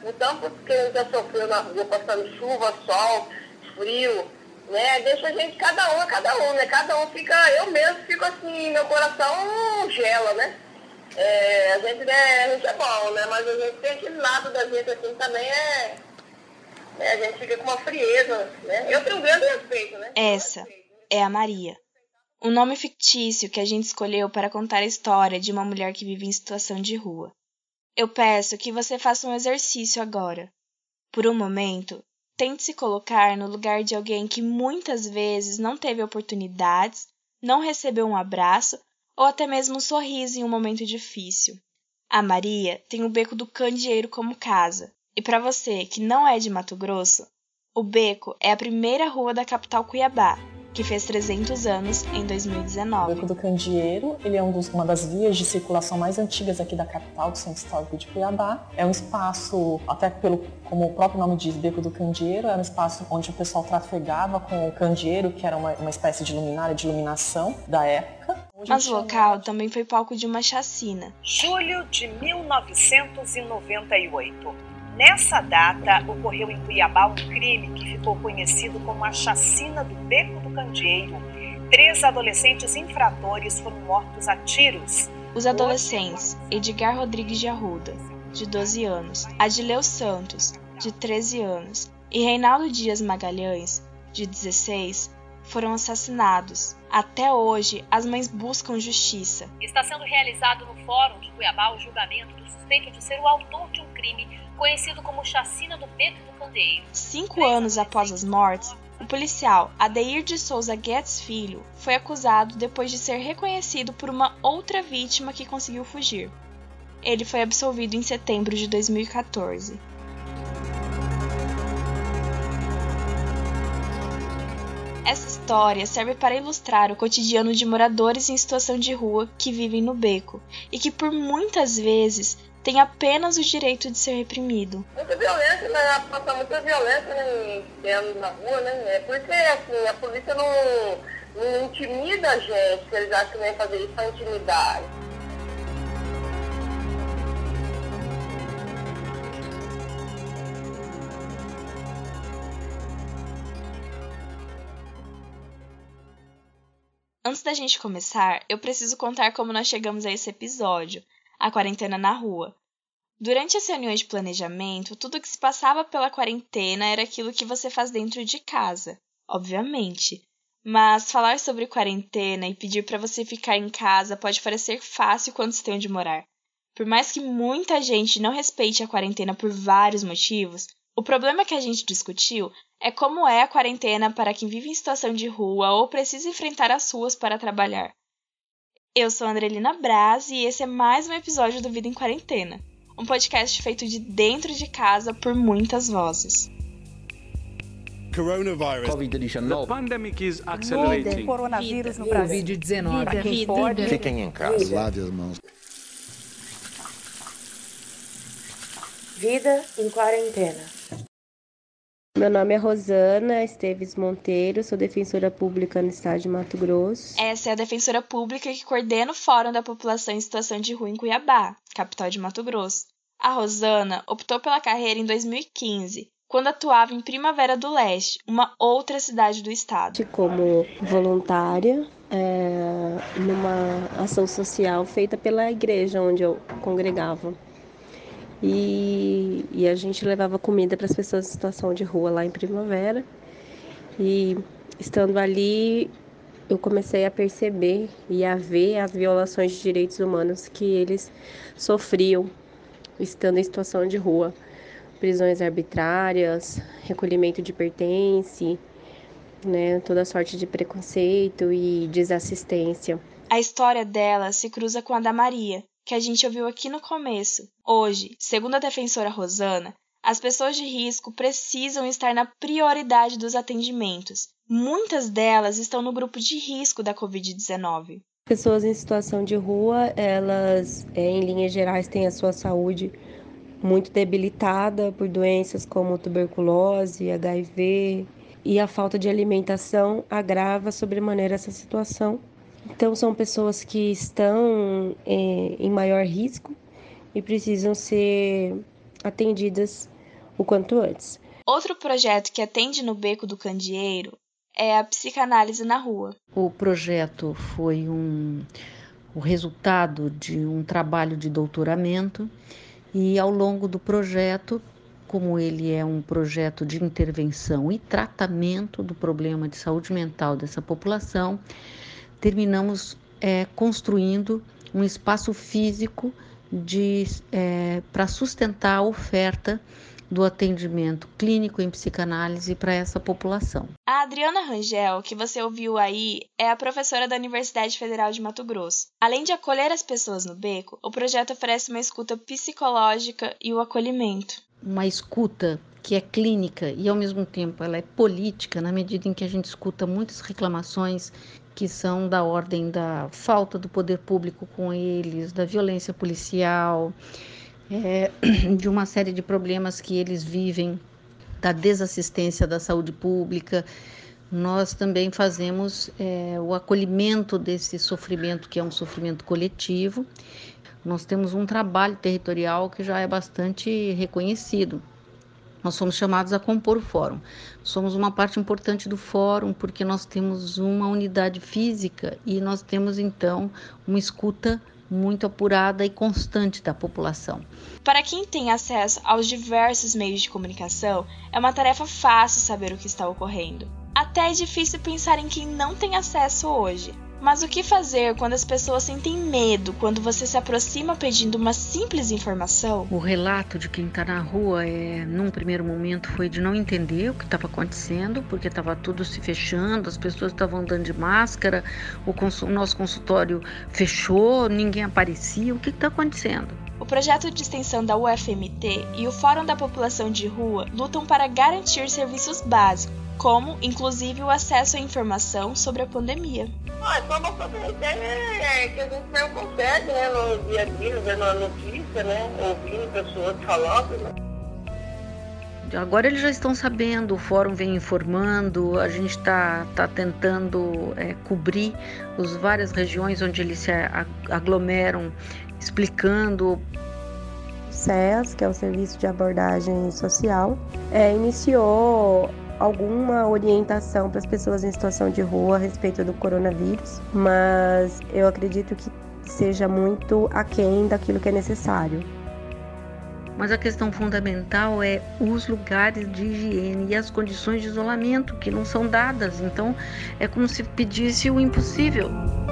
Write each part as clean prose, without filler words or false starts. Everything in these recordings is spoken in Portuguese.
o tanto que a gente já sofreu na rua, passando chuva, sol, frio, né? Deixa a gente, cada um, né? Cada um fica, eu mesmo fico assim, meu coração gela, né? A gente, né, a gente é bom, né? Mas a gente tem aquele lado da gente assim também a gente fica com uma frieza, né? Eu tenho um grande respeito, né? Essa é a Maria. Um nome fictício que a gente escolheu para contar a história de uma mulher que vive em situação de rua. Eu peço que você faça um exercício agora. Por um momento, tente se colocar no lugar de alguém que muitas vezes não teve oportunidades, não recebeu um abraço ou até mesmo um sorriso em um momento difícil. A Maria tem o Beco do Candeeiro como casa. E para você que não é de Mato Grosso, o Beco é a primeira rua da capital Cuiabá, que fez 300 anos em 2019. O Beco do Candeeiro, ele é uma das vias de circulação mais antigas aqui da capital, do Centro Histórico de Cuiabá. É um espaço, até como o próprio nome diz, Beco do Candeeiro, era um espaço onde o pessoal trafegava com o candeeiro, que era uma espécie de luminária, de iluminação da época. Mas o local também foi palco de uma chacina. Julho de 1998. Nessa data, ocorreu em Cuiabá um crime que ficou conhecido como a Chacina do Beco do Candeeiro. 3 adolescentes infratores foram mortos a tiros. Os adolescentes Edgar Rodrigues de Arruda, de 12 anos, Adileu Santos, de 13 anos, e Reinaldo Dias Magalhães, de 16, foram assassinados. Até hoje, as mães buscam justiça. Está sendo realizado no Fórum de Cuiabá o julgamento do suspeito de ser o autor de um crime conhecido como Chacina do Beco do Candeeiro. 5 anos após as mortes, o policial Adeir de Souza Guedes Filho foi acusado depois de ser reconhecido por uma outra vítima que conseguiu fugir. Ele foi absolvido em setembro de 2014. Essa história serve para ilustrar o cotidiano de moradores em situação de rua que vivem no beco e que por muitas vezes têm apenas o direito de ser reprimido. Muita violência, né? Passa muita violência, né, na rua, né? Por isso assim, a polícia não intimida a gente, que eles acham que vem fazer isso para intimidar. Antes da gente começar, eu preciso contar como nós chegamos a esse episódio, a quarentena na rua. Durante as reuniões de planejamento, tudo que se passava pela quarentena era aquilo que você faz dentro de casa, obviamente. Mas falar sobre quarentena e pedir para você ficar em casa pode parecer fácil quando você tem onde morar. Por mais que muita gente não respeite a quarentena por vários motivos, o problema que a gente discutiu é como é a quarentena para quem vive em situação de rua ou precisa enfrentar as ruas para trabalhar. Eu sou a Andrelina Braz e esse é mais um episódio do Vida em Quarentena, um podcast feito de dentro de casa por muitas vozes. Coronavirus. COVID-19. The pandemic is accelerating. Coronavírus no Brasil. COVID-19. Vida. Fiquem em casa. Lave as mãos. Vida em Quarentena. Meu nome é Rosana Esteves Monteiro, sou defensora pública no estado de Mato Grosso. Essa é a defensora pública que coordena o Fórum da População em Situação de Rua em Cuiabá, capital de Mato Grosso. A Rosana optou pela carreira em 2015, quando atuava em Primavera do Leste, uma outra cidade do estado. Como voluntária numa ação social feita pela igreja onde eu congregava. E a gente levava comida para as pessoas em situação de rua lá em Primavera. E estando ali, eu comecei a perceber e a ver as violações de direitos humanos que eles sofriam estando em situação de rua. Prisões arbitrárias, recolhimento de pertence, né, toda sorte de preconceito e desassistência. A história dela se cruza com a da Maria, que a gente ouviu aqui no começo. Hoje, segundo a defensora Rosana, as pessoas de risco precisam estar na prioridade dos atendimentos. Muitas delas estão no grupo de risco da Covid-19. Pessoas em situação de rua, elas, em linhas gerais, têm a sua saúde muito debilitada por doenças como tuberculose, HIV, e a falta de alimentação agrava sobremaneira essa situação. Então, são pessoas que estão em maior risco e precisam ser atendidas o quanto antes. Outro projeto que atende no Beco do Candeeiro é a psicanálise na rua. O projeto foi o resultado de um trabalho de doutoramento e ao longo do projeto, como ele é um projeto de intervenção e tratamento do problema de saúde mental dessa população, terminamos construindo um espaço físico para sustentar a oferta do atendimento clínico em psicanálise para essa população. A Adriana Rangel, que você ouviu aí, é a professora da Universidade Federal de Mato Grosso. Além de acolher as pessoas no beco, o projeto oferece uma escuta psicológica e o acolhimento. Uma escuta que é clínica e, ao mesmo tempo, ela é política, na medida em que a gente escuta muitas reclamações que são da ordem da falta do poder público com eles, da violência policial, de uma série de problemas que eles vivem, da desassistência da saúde pública. Nós também fazemos o acolhimento desse sofrimento, que é um sofrimento coletivo. Nós temos um trabalho territorial que já é bastante reconhecido. Nós somos chamados a compor o fórum. Somos uma parte importante do fórum porque nós temos uma unidade física e nós temos, então, uma escuta muito apurada e constante da população. Para quem tem acesso aos diversos meios de comunicação, é uma tarefa fácil saber o que está ocorrendo. Até é difícil pensar em quem não tem acesso hoje. Mas o que fazer quando as pessoas sentem medo, quando você se aproxima pedindo uma simples informação? O relato de quem está na rua, num primeiro momento, foi de não entender o que estava acontecendo, porque estava tudo se fechando, as pessoas estavam andando de máscara, o nosso consultório fechou, ninguém aparecia, o que está acontecendo? O projeto de extensão da UFMT e o Fórum da População de Rua lutam para garantir serviços básicos, como, inclusive, o acesso à informação sobre a pandemia. Só uma ideia que a gente não consegue, né, no dia a dia, vendo a notícia, né, ouvindo pessoas falando, né. Agora eles já estão sabendo, o fórum vem informando, a gente está tentando cobrir as várias regiões onde eles se aglomeram, explicando. O SEAS, que é o Serviço de Abordagem Social, iniciou alguma orientação para as pessoas em situação de rua a respeito do coronavírus, mas eu acredito que seja muito aquém daquilo que é necessário. Mas a questão fundamental é os lugares de higiene e as condições de isolamento que não são dadas, então é como se pedisse o impossível.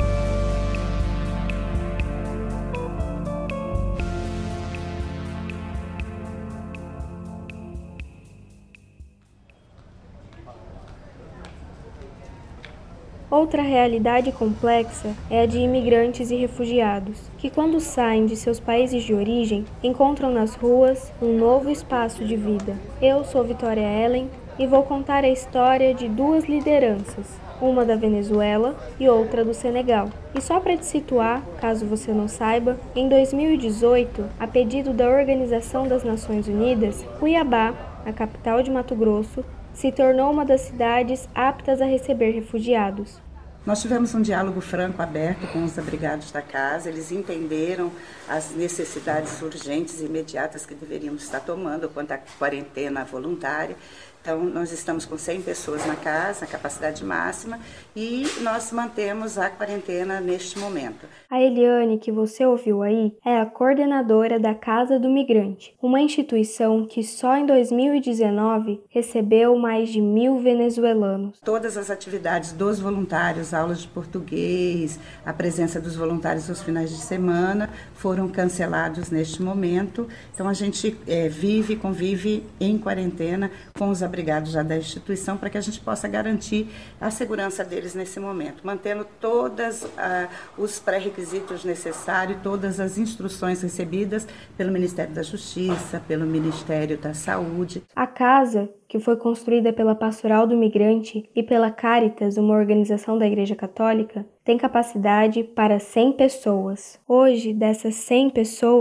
Outra realidade complexa é a de imigrantes e refugiados, que quando saem de seus países de origem, encontram nas ruas um novo espaço de vida. Eu sou Vitória Ellen e vou contar a história de duas lideranças, uma da Venezuela e outra do Senegal. E só para te situar, caso você não saiba, em 2018, a pedido da Organização das Nações Unidas, Cuiabá, a capital de Mato Grosso, se tornou uma das cidades aptas a receber refugiados. Nós tivemos um diálogo franco, aberto com os abrigados da casa. Eles entenderam as necessidades urgentes e imediatas que deveríamos estar tomando quanto à quarentena voluntária. Então, nós estamos com 100 pessoas na casa, a capacidade máxima, e nós mantemos a quarentena neste momento. A Eliane, que você ouviu aí, é a coordenadora da Casa do Migrante, uma instituição que só em 2019 recebeu mais de 1.000 venezuelanos. Todas as atividades dos voluntários, aulas de português, a presença dos voluntários aos finais de semana, foram cancelados neste momento. Então, a gente convive em quarentena com os abrigados já da instituição para que a gente possa garantir a segurança deles nesse momento, mantendo todos os pré-requisitos necessários, todas as instruções recebidas pelo Ministério da Justiça, pelo Ministério da Saúde. A casa, que foi construída pela Pastoral do Migrante e pela Caritas, uma organização da Igreja Católica, tem capacidade para 100 pessoas. Hoje, dessas 100 pessoas,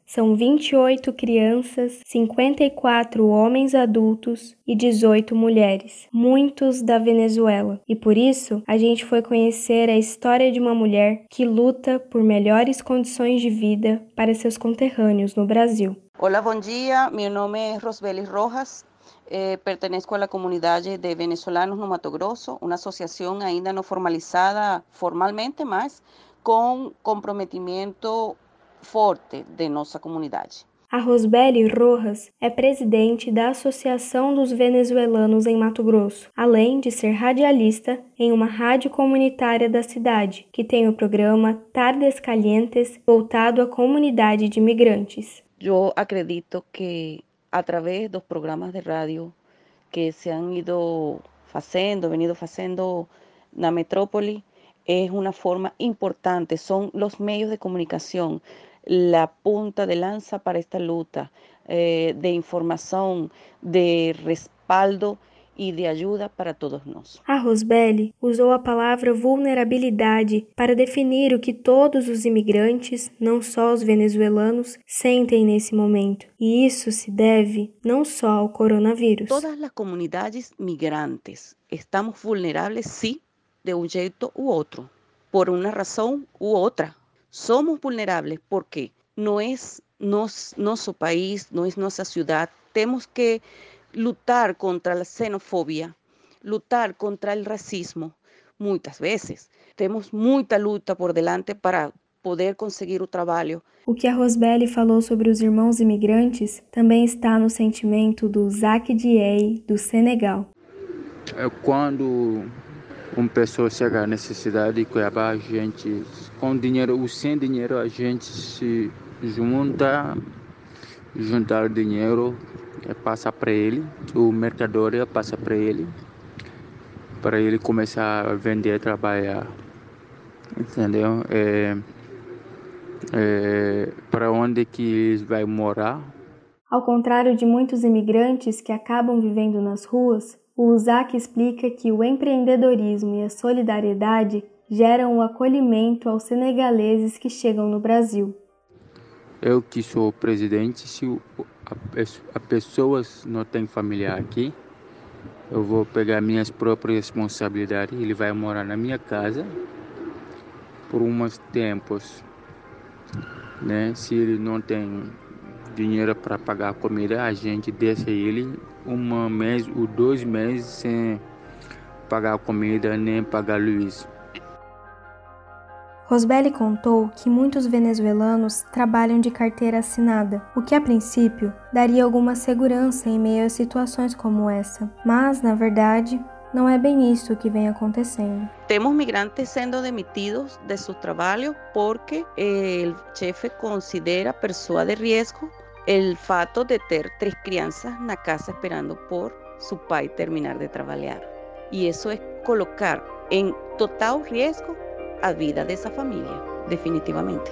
são 28 crianças, 54 homens adultos e 18 mulheres, muitos da Venezuela. E por isso, a gente foi conhecer a história de uma mulher que luta por melhores condições de vida para seus conterrâneos no Brasil. Olá, bom dia. Meu nome é Rosbeli Rojas. Pertenezco a la comunidad de venezolanos no Mato Grosso, una asociación ainda no formalizada formalmente, mas com comprometimento forte de nossa comunidade. A Rosbeli Rojas é presidente da Associação dos Venezuelanos em Mato Grosso, além de ser radialista em uma rádio comunitária da cidade, que tem o programa Tardes Calientes, voltado à comunidade de imigrantes. Eu acredito que através dos programas de rádio que se han venido fazendo na metrópole, es una forma importante, son los medios de comunicación, la punta de lanza para esta luta de informação, de respaldo e de ajuda para todos nós. A Rosbeli usou a palavra vulnerabilidade para definir o que todos os imigrantes, não só os venezuelanos, sentem nesse momento. E isso se deve não só ao coronavírus. Todas as comunidades migrantes estamos vulneráveis, sim, de um jeito u outro, por uma razão u outra. Somos vulneráveis porque não é nosso país, não é nossa cidade. Temos que lutar contra a xenofobia, lutar contra o racismo, muitas vezes. Temos muita luta por delante para poder conseguir o trabalho. O que a Rosbeli falou sobre os irmãos imigrantes também está no sentimento do Zac Diei, do Senegal. Quando uma pessoa chega à necessidade de Cuiabá, a gente, com dinheiro ou sem dinheiro, a gente se juntar dinheiro, passa para ele, o mercador passa para ele começar a vender, trabalhar, entendeu? Para onde que eles vão morar. Ao contrário de muitos imigrantes que acabam vivendo nas ruas, o Zac explica que o empreendedorismo e a solidariedade geram o acolhimento aos senegaleses que chegam no Brasil. Eu que sou presidente, se a pessoas não tem familiar aqui, eu vou pegar minhas próprias responsabilidades. Ele vai morar na minha casa por uns tempos, né? Se ele não tem dinheiro para pagar a comida, a gente deixa ele um mês ou 2 meses sem pagar a comida nem pagar luz. Rosbeli contou que muitos venezuelanos trabalham de carteira assinada, o que a princípio daria alguma segurança em meio a situações como essa. Mas, na verdade, não é bem isso que vem acontecendo. Temos migrantes sendo demitidos de seus trabalhos porque o chefe considera pessoa de risco o fato de ter 3 crianças na casa esperando por seu pai terminar de trabalhar. E isso é colocar em total risco a vida dessa família, definitivamente.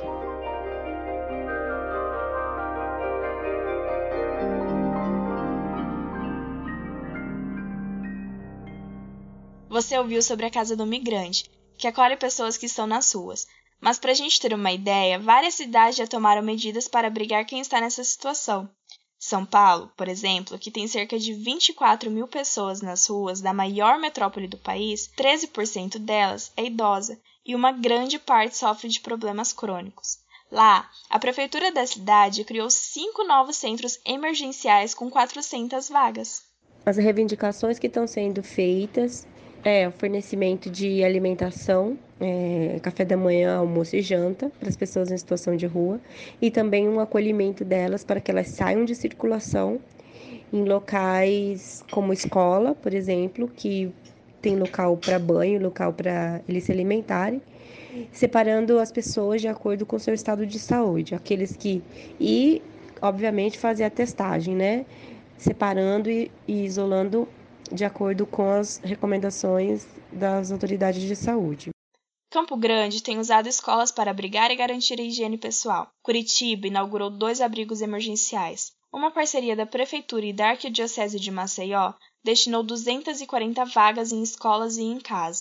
Você ouviu sobre a Casa do Migrante, que acolhe pessoas que estão nas ruas. Mas para a gente ter uma ideia, várias cidades já tomaram medidas para abrigar quem está nessa situação. São Paulo, por exemplo, que tem cerca de 24 mil pessoas nas ruas da maior metrópole do país, 13% delas é idosa e uma grande parte sofre de problemas crônicos. Lá, a prefeitura da cidade criou 5 novos centros emergenciais com 400 vagas. As reivindicações que estão sendo feitas o fornecimento de alimentação, café da manhã, almoço e janta para as pessoas em situação de rua e também um acolhimento delas para que elas saiam de circulação em locais como escola, por exemplo, que tem local para banho, local para eles se alimentarem, separando as pessoas de acordo com o seu estado de saúde, aqueles que... E, obviamente, fazer a testagem, né? Separando e isolando de acordo com as recomendações das autoridades de saúde. Campo Grande tem usado escolas para abrigar e garantir a higiene pessoal. Curitiba inaugurou 2 abrigos emergenciais. Uma parceria da Prefeitura e da Arquidiocese de Maceió destinou 240 vagas em escolas e em casas.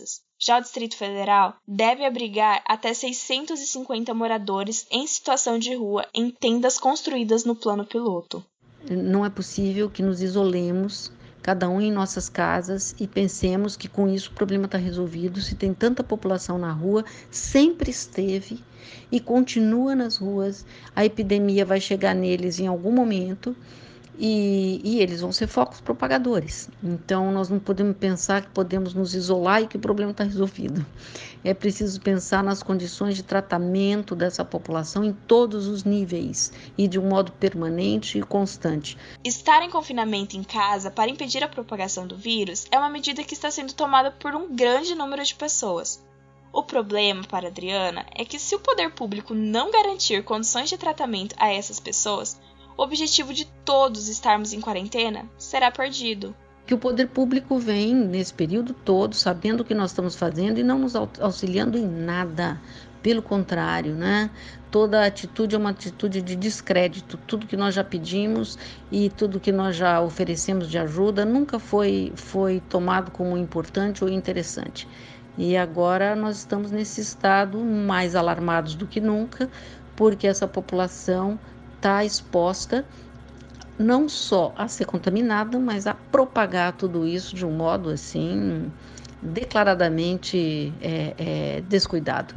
Já o Distrito Federal deve abrigar até 650 moradores em situação de rua em tendas construídas no plano piloto. Não é possível que nos isolemos, cada um em nossas casas, e pensemos que com isso o problema está resolvido. Se tem tanta população na rua, sempre esteve e continua nas ruas, a epidemia vai chegar neles em algum momento e eles vão ser focos propagadores. Então nós não podemos pensar que podemos nos isolar e que o problema está resolvido. É preciso pensar nas condições de tratamento dessa população em todos os níveis e de um modo permanente e constante. Estar em confinamento em casa para impedir a propagação do vírus é uma medida que está sendo tomada por um grande número de pessoas. O problema, para Adriana, é que se o poder público não garantir condições de tratamento a essas pessoas, o objetivo de todos estarmos em quarentena será perdido. Que o poder público vem nesse período todo sabendo o que nós estamos fazendo e não nos auxiliando em nada. Pelo contrário, né? Toda atitude é uma atitude de descrédito. Tudo que nós já pedimos e tudo que nós já oferecemos de ajuda nunca foi tomado como importante ou interessante. E agora nós estamos nesse estado mais alarmados do que nunca, porque essa população está exposta não só a ser contaminada, mas a propagar tudo isso de um modo assim declaradamente descuidado.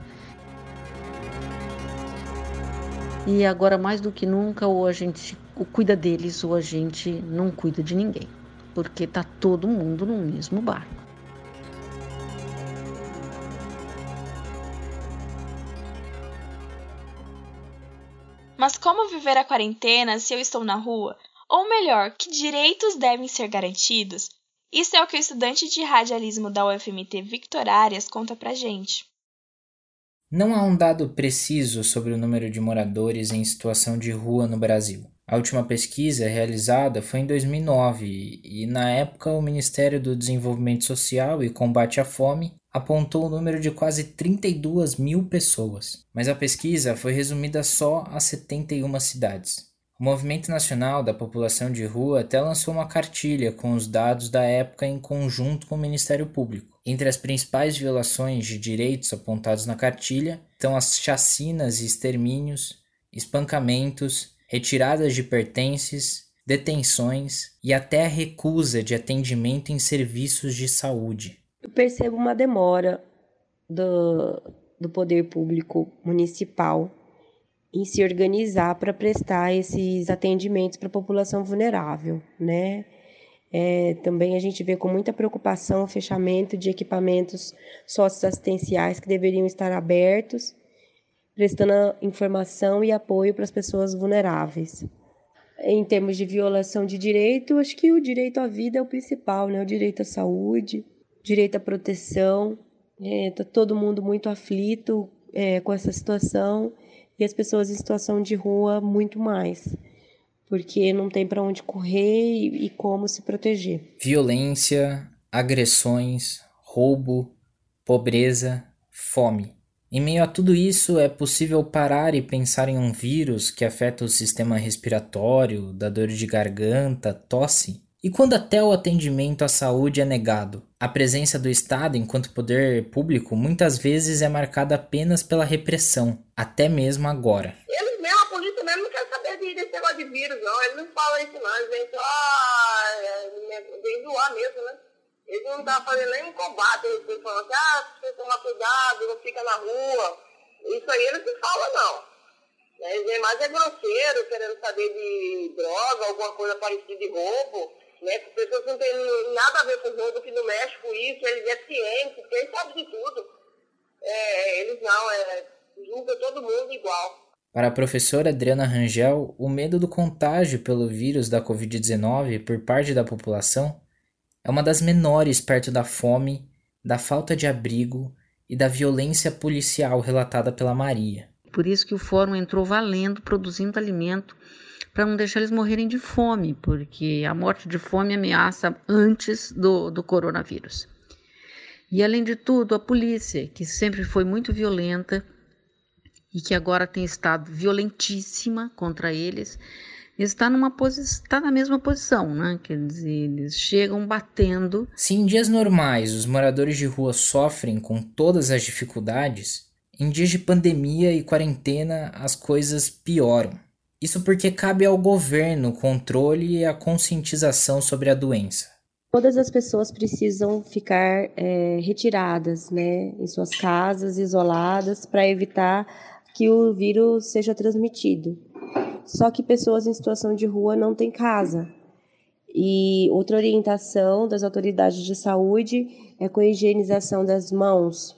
E agora mais do que nunca ou a gente cuida deles ou a gente não cuida de ninguém, porque está todo mundo no mesmo barco. Mas como viver a quarentena se eu estou na rua? Ou melhor, que direitos devem ser garantidos? Isso é o que o estudante de radialismo da UFMT Victor Arias conta pra gente. Não há um dado preciso sobre o número de moradores em situação de rua no Brasil. A última pesquisa realizada foi em 2009 e, na época, o Ministério do Desenvolvimento Social e Combate à Fome apontou o número de quase 32 mil pessoas, mas a pesquisa foi resumida só a 71 cidades. O Movimento Nacional da População de Rua até lançou uma cartilha com os dados da época em conjunto com o Ministério Público. Entre as principais violações de direitos apontados na cartilha estão as chacinas e extermínios, espancamentos, retiradas de pertences, detenções e até a recusa de atendimento em serviços de saúde. Eu percebo uma demora do poder público municipal em se organizar para prestar esses atendimentos para a população vulnerável, né? Também a gente vê com muita preocupação o fechamento de equipamentos socioassistenciais que deveriam estar abertos, prestando informação e apoio para as pessoas vulneráveis. Em termos de violação de direito, acho que o direito à vida é o principal, né? O direito à saúde, direito à proteção. Está todo mundo muito aflito com essa situação e as pessoas em situação de rua muito mais, porque não tem para onde correr e como se proteger. Violência, agressões, roubo, pobreza, fome. Em meio a tudo isso, é possível parar e pensar em um vírus que afeta o sistema respiratório, dá dor de garganta, tosse? E quando até o atendimento à saúde é negado? A presença do Estado enquanto poder público muitas vezes é marcada apenas pela repressão, até mesmo agora. Eles mesmo, a polícia mesmo não quer saber desse negócio de vírus, não. Eles não falam isso não, eles vêm só vem zoar mesmo, né? Eles não estão fazendo nenhum combate, eles estão falando assim, você toma cuidado, não fica na rua. Isso aí eles não falam não. Eles vêm mais grosseiro, querendo saber de droga, alguma coisa parecida de roubo. Né? Que pessoas que não têm nada a ver com roubo, que não mexem com isso, eles é ciente, porque eles sabem de tudo. Eles não, julgam todo mundo igual. Para a professora Adriana Rangel, o medo do contágio pelo vírus da Covid-19 por parte da população é uma das menores perto da fome, da falta de abrigo e da violência policial relatada pela Maria. Por isso que o fórum entrou valendo, produzindo alimento, para não deixar eles morrerem de fome, porque a morte de fome ameaça antes do coronavírus. E, além de tudo, a polícia, que sempre foi muito violenta e que agora tem estado violentíssima contra eles, está na mesma posição, né? Quer dizer, eles chegam batendo. Se em dias normais os moradores de rua sofrem com todas as dificuldades, em dias de pandemia e quarentena as coisas pioram. Isso porque cabe ao governo o controle e a conscientização sobre a doença. Todas as pessoas precisam ficar retiradas, né, em suas casas, isoladas, para evitar que o vírus seja transmitido. Só que pessoas em situação de rua não têm casa. E outra orientação das autoridades de saúde é com a higienização das mãos.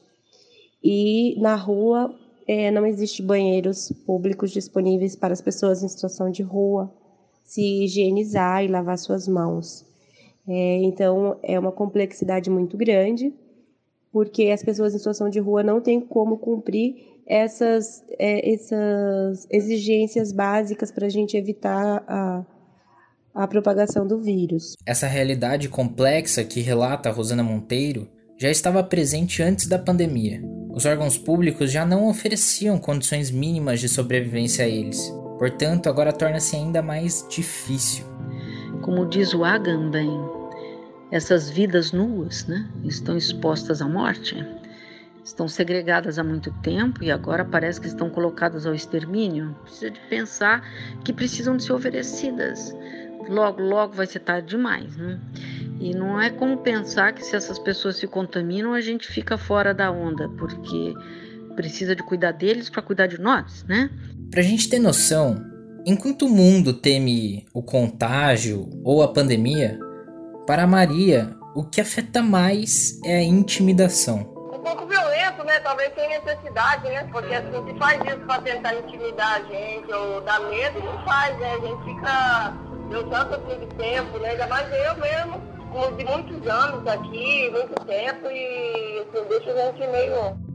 E na rua não existe banheiros públicos disponíveis para as pessoas em situação de rua se higienizar e lavar suas mãos. Então, é uma complexidade muito grande, porque as pessoas em situação de rua não têm como cumprir essas exigências básicas para a gente evitar a propagação do vírus. Essa realidade complexa que relata a Rosana Monteiro já estava presente antes da pandemia. Os órgãos públicos já não ofereciam condições mínimas de sobrevivência a eles. Portanto, agora torna-se ainda mais difícil. Como diz o Agamben, essas vidas nuas, né, estão expostas à morte, estão segregadas há muito tempo e agora parece que estão colocadas ao extermínio. Precisa de pensar que precisam de ser oferecidas. Logo vai ser tarde demais, né? E não é como pensar que se essas pessoas se contaminam, a gente fica fora da onda, porque precisa de cuidar deles para cuidar de nós, né? Pra gente ter noção, enquanto o mundo teme o contágio ou a pandemia, para Maria, o que afeta mais é a intimidação. Um pouco violento, né? Talvez sem necessidade, né? Porque assim, se faz isso para tentar intimidar a gente ou dar medo, não faz, né? A gente fica, deu tanto assim de tempo, né? Ainda mais eu mesmo, de muitos anos aqui, muito tempo, e assim, deixa a gente meio...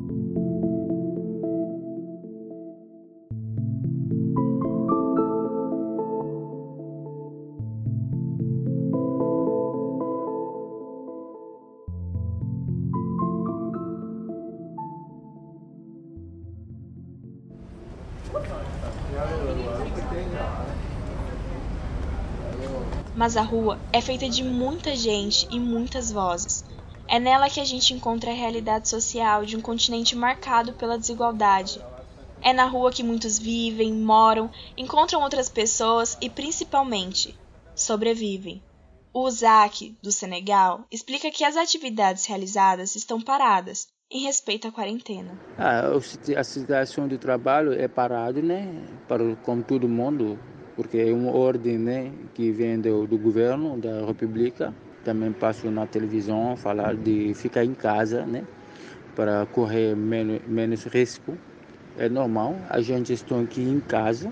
Mas a rua é feita de muita gente e muitas vozes. É nela que a gente encontra a realidade social de um continente marcado pela desigualdade. É na rua que muitos vivem, moram, encontram outras pessoas e, principalmente, sobrevivem. O Zac, do Senegal, explica que as atividades realizadas estão paradas em respeito à quarentena. A situação de trabalho é parada, né? Como todo mundo, porque é uma ordem, né, que vem do governo, da República. Também passo na televisão falar de ficar em casa, né, para correr menos risco. É normal, a gente está aqui em casa,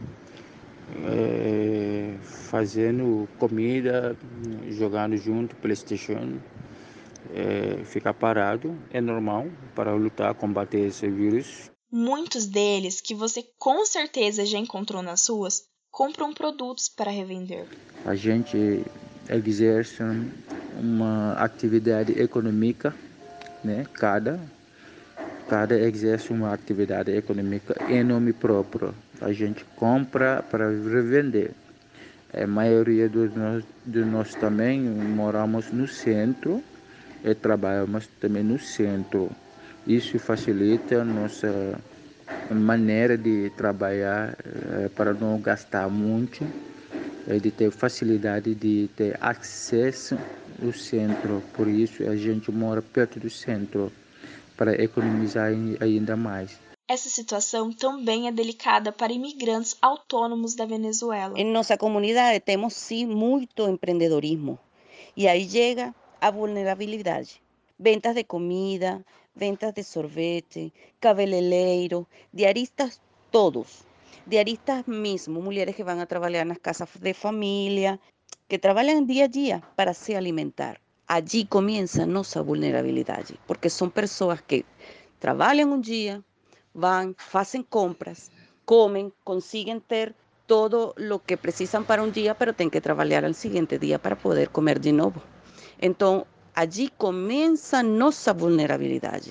fazendo comida, jogando junto, PlayStation, ficar parado, é normal para lutar, combater esse vírus. Muitos deles, que você com certeza já encontrou nas ruas, compram produtos para revender. A gente exerce uma atividade econômica, né? Cada exerce uma atividade econômica em nome próprio. A gente compra para revender. A maioria de nós também moramos no centro e trabalhamos também no centro. Isso facilita a nossa maneira de trabalhar para não gastar muito, de ter facilidade de ter acesso ao centro. Por isso a gente mora perto do centro para economizar ainda mais. Essa situação também é delicada para imigrantes autônomos da Venezuela. Em nossa comunidade temos sim muito empreendedorismo e aí chega a vulnerabilidade. Ventas de comida, ventas de sorvete, cabeleireiro, diaristas todos. Diaristas mesmo, mulheres que vão a trabalhar nas casas de família, que trabalham dia a dia para se alimentar. Allí comienza nossa vulnerabilidade, porque são pessoas que trabalham um dia, vão, fazem compras, comem, conseguem ter todo o que precisam para um dia, mas têm que trabalhar ao seguinte dia para poder comer de novo. Então, allí comienza nossa vulnerabilidade.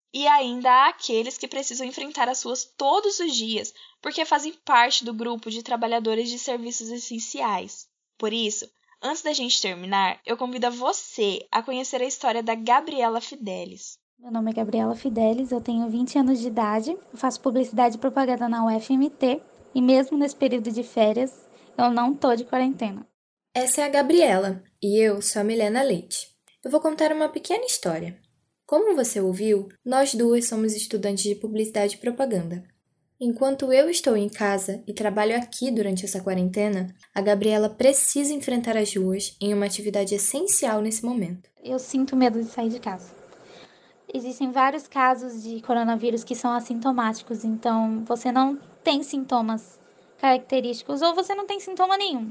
E ainda há aqueles que precisam enfrentar as ruas todos os dias porque fazem parte do grupo de trabalhadores de serviços essenciais. Por isso, antes da gente terminar, eu convido você a conhecer a história da Gabriela Fidelis. Meu nome é Gabriela Fidelis, eu tenho 20 anos de idade, eu faço publicidade e propaganda na UFMT e mesmo nesse período de férias, eu não tô de quarentena. Essa é a Gabriela e eu sou a Milena Leite. Eu vou contar uma pequena história. Como você ouviu, nós duas somos estudantes de publicidade e propaganda. Enquanto eu estou em casa e trabalho aqui durante essa quarentena, a Gabriela precisa enfrentar as ruas em uma atividade essencial nesse momento. Eu sinto medo de sair de casa. Existem vários casos de coronavírus que são assintomáticos, então você não tem sintomas característicos ou você não tem sintoma nenhum.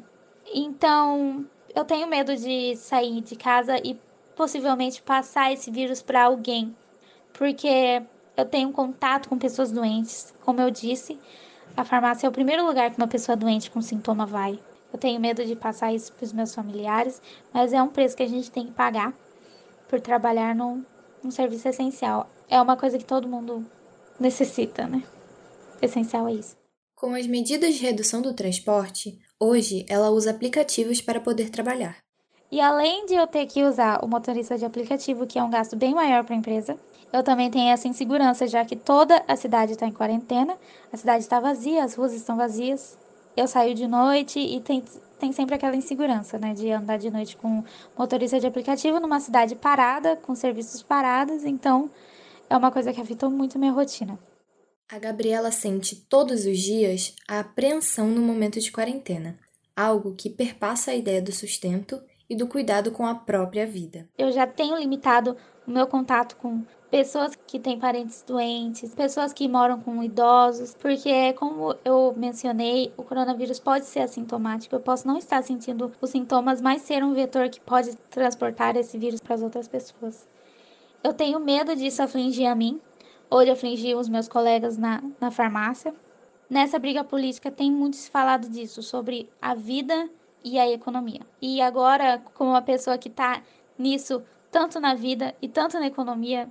Então, eu tenho medo de sair de casa e possivelmente passar esse vírus para alguém, porque eu tenho contato com pessoas doentes. Como eu disse, a farmácia é o primeiro lugar que uma pessoa doente com sintoma vai. Eu tenho medo de passar isso para os meus familiares, mas é um preço que a gente tem que pagar por trabalhar num serviço essencial. É uma coisa que todo mundo necessita, né? Essencial é isso. Com as medidas de redução do transporte, hoje ela usa aplicativos para poder trabalhar. E além de eu ter que usar o motorista de aplicativo, que é um gasto bem maior para a empresa, eu também tenho essa insegurança, já que toda a cidade está em quarentena, a cidade está vazia, as ruas estão vazias. Eu saio de noite e tem sempre aquela insegurança, né, de andar de noite com motorista de aplicativo numa cidade parada, com serviços parados, então é uma coisa que afetou muito minha rotina. A Gabriela sente todos os dias a apreensão no momento de quarentena, algo que perpassa a ideia do sustento e do cuidado com a própria vida. Eu já tenho limitado o meu contato com pessoas que têm parentes doentes, pessoas que moram com idosos, porque, como eu mencionei, o coronavírus pode ser assintomático. Eu posso não estar sentindo os sintomas, mas ser um vetor que pode transportar esse vírus para as outras pessoas. Eu tenho medo disso afligir a mim, ou de afligir os meus colegas na farmácia. Nessa briga política tem muito se falado disso, sobre a vida e a economia. E agora, como uma pessoa que está nisso, tanto na vida e tanto na economia,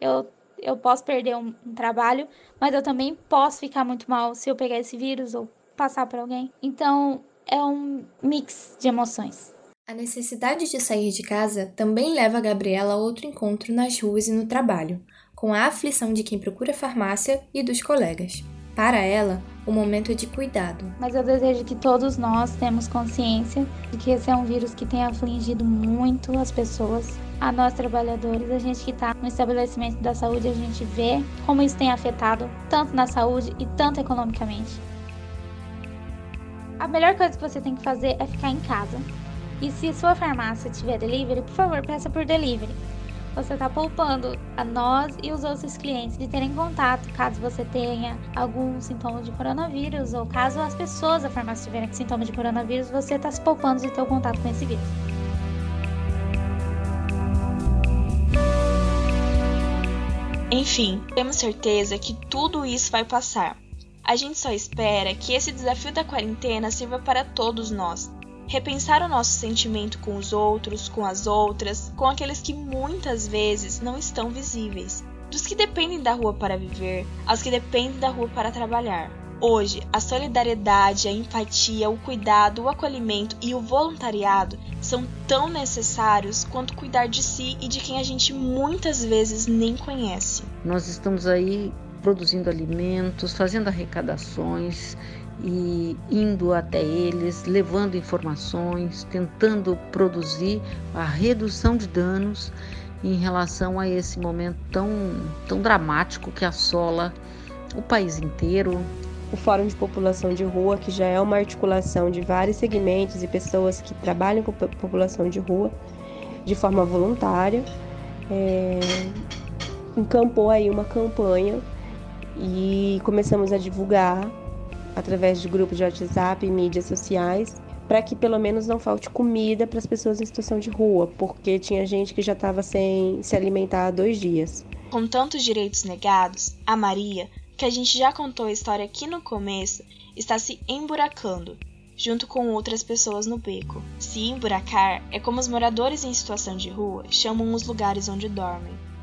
eu posso perder um trabalho, mas eu também posso ficar muito mal se eu pegar esse vírus ou passar para alguém. Então, é um mix de emoções. A necessidade de sair de casa também leva a Gabriela a outro encontro nas ruas e no trabalho, com a aflição de quem procura farmácia e dos colegas. Para ela, o momento é de cuidado. Mas eu desejo que todos nós tenhamos consciência de que esse é um vírus que tem afligido muito as pessoas. A nós trabalhadores, a gente que está no estabelecimento da saúde, a gente vê como isso tem afetado tanto na saúde e tanto economicamente. A melhor coisa que você tem que fazer é ficar em casa. E se sua farmácia tiver delivery, por favor, peça por delivery. Você está poupando a nós e os outros clientes de terem contato caso você tenha algum sintoma de coronavírus ou caso as pessoas da farmácia tiverem sintomas de coronavírus, você está se poupando de ter o contato com esse vírus. Enfim, temos certeza que tudo isso vai passar. A gente só espera que esse desafio da quarentena sirva para todos nós. Repensar o nosso sentimento com os outros, com as outras, com aqueles que muitas vezes não estão visíveis. Dos que dependem da rua para viver, aos que dependem da rua para trabalhar. Hoje, a solidariedade, a empatia, o cuidado, o acolhimento e o voluntariado são tão necessários quanto cuidar de si e de quem a gente muitas vezes nem conhece. Nós estamos aí produzindo alimentos, fazendo arrecadações e indo até eles, levando informações, tentando produzir a redução de danos em relação a esse momento tão dramático que assola o país inteiro. O Fórum de População de Rua, que já é uma articulação de vários segmentos e pessoas que trabalham com população de rua de forma voluntária, encampou aí uma campanha e começamos a divulgar através de grupos de WhatsApp e mídias sociais, para que pelo menos não falte comida para as pessoas em situação de rua, porque tinha gente que já estava sem se alimentar há 2 dias. Com tantos direitos negados, a Maria, que a gente já contou a história aqui no começo, está se emburacando, junto com outras pessoas no beco. Se emburacar é como os moradores em situação de rua chamam os lugares onde dormem.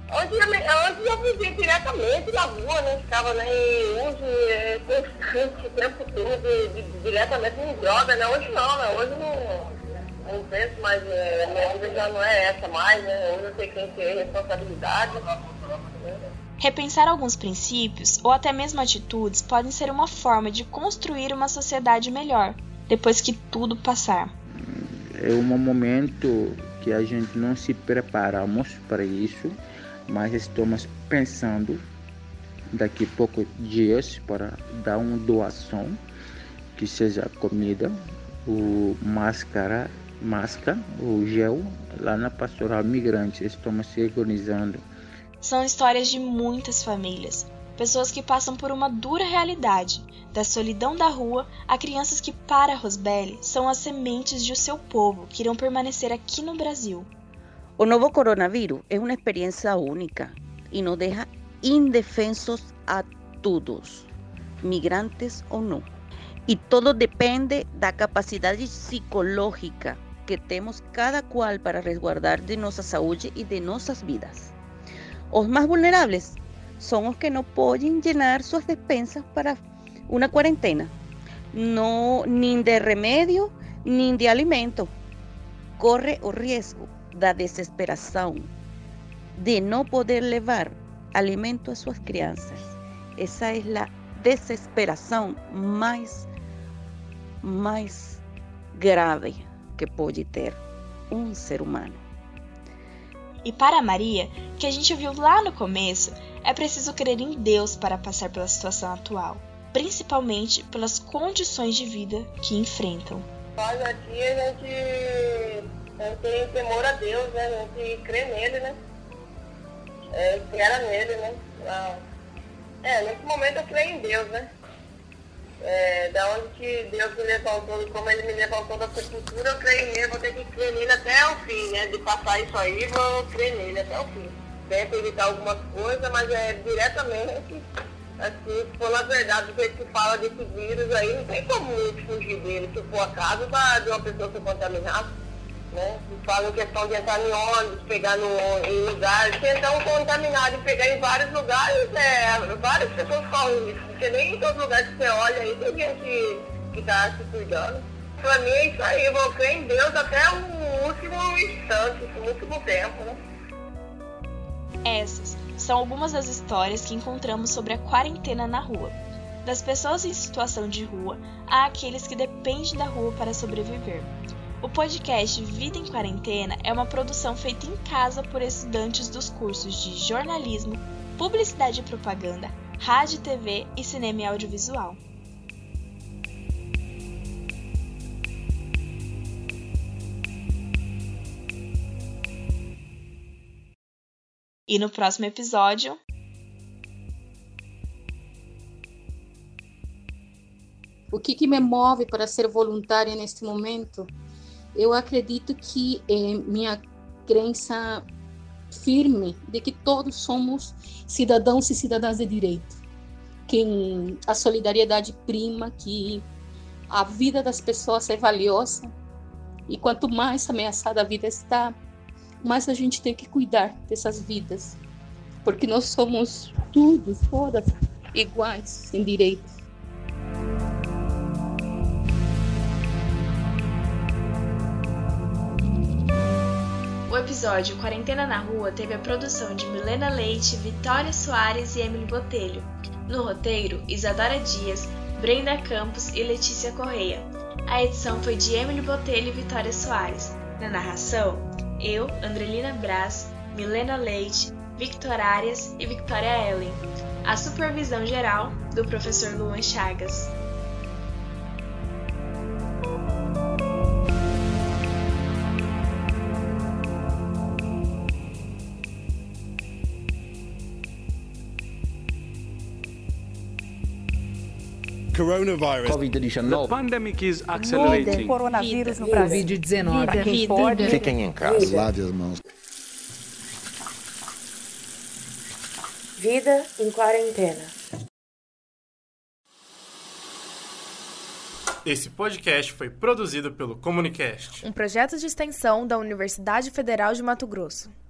Antes eu vivia diretamente na rua, né? Ficava em uso constante o tempo todo, diretamente em droga, né? Hoje não, né? Hoje não penso mais, minha vida já não é essa mais, né? Hoje eu sei quem tem responsabilidade. Repensar alguns princípios ou até mesmo atitudes podem ser uma forma de construir uma sociedade melhor, depois que tudo passar. É um momento que a gente não se preparamos para isso, mas estamos pensando daqui a poucos dias para dar uma doação, que seja comida, o máscara, o gel, lá na Pastoral Migrante. Estamos se organizando. São histórias de muitas famílias, pessoas que passam por uma dura realidade, da solidão da rua a crianças que, para Rosbelli, são as sementes de seu povo que irão permanecer aqui no Brasil. O novo coronavírus é uma experiência única e nos deixa indefensos a todos, migrantes ou não. E todo depende da capacidade psicológica que temos cada qual para resguardar de nossa saúde e de nossas vidas. Os mais vulneráveis são os que não podem llenar suas despensas para uma quarentena, nem de remédio, nem de alimento. Corre o risco da desesperação de não poder levar alimento a suas crianças. Essa é a desesperação mais grave que pode ter um ser humano. E para Maria, que a gente viu lá no começo, é preciso crer em Deus para passar pela situação atual, principalmente pelas condições de vida que enfrentam. Nós aqui a gente tem temor a Deus, né? A gente crê nele, né? Espera nele, né? Nesse momento eu creio em Deus, né? Da onde que Deus me levantou, como ele me levantou da sepultura, eu creio nele, vou ter que crer nele até o fim, né? De passar isso aí, vou crer nele até o fim. Tento evitar algumas coisas, mas diretamente, assim, se for na verdade do jeito que fala desse vírus aí, não tem como fugir dele, se for acaso de uma pessoa ser contaminada, né? Se fala em questão de entrar em ônibus, pegar em lugares, se entrar contaminado e pegar em vários lugares, várias pessoas correm isso, porque nem em todos os lugares que você olha aí tem gente que está se cuidando. Pra mim é isso aí, eu vou crer em Deus até o último instante, o último tempo, né? Essas são algumas das histórias que encontramos sobre a quarentena na rua. Das pessoas em situação de rua a aqueles que dependem da rua para sobreviver. O podcast Vida em Quarentena é uma produção feita em casa por estudantes dos cursos de jornalismo, publicidade e propaganda, rádio e TV e cinema e audiovisual. E no próximo episódio... O que me move para ser voluntária neste momento? Eu acredito que minha crença firme de que todos somos cidadãos e cidadãs de direito, que a solidariedade prima, que a vida das pessoas é valiosa e quanto mais ameaçada a vida está, mais a gente tem que cuidar dessas vidas, porque nós somos todas iguais em direito. O episódio Quarentena na Rua teve a produção de Milena Leite, Vitória Soares e Emily Botelho. No roteiro, Isadora Dias, Brenda Campos e Letícia Correia. A edição foi de Emily Botelho e Vitória Soares. Na narração, eu, Andrelina Braz, Milena Leite, Victor Arias e Victoria Ellen. A supervisão geral do professor Luan Chagas. Coronavirus. COVID-19. The pandemic is accelerating. Coronavírus no Brasil. COVID-19. Fiquem em casa. Lave as mãos. Vida em Quarentena. Esse podcast foi produzido pelo Comunicast, um projeto de extensão da Universidade Federal de Mato Grosso.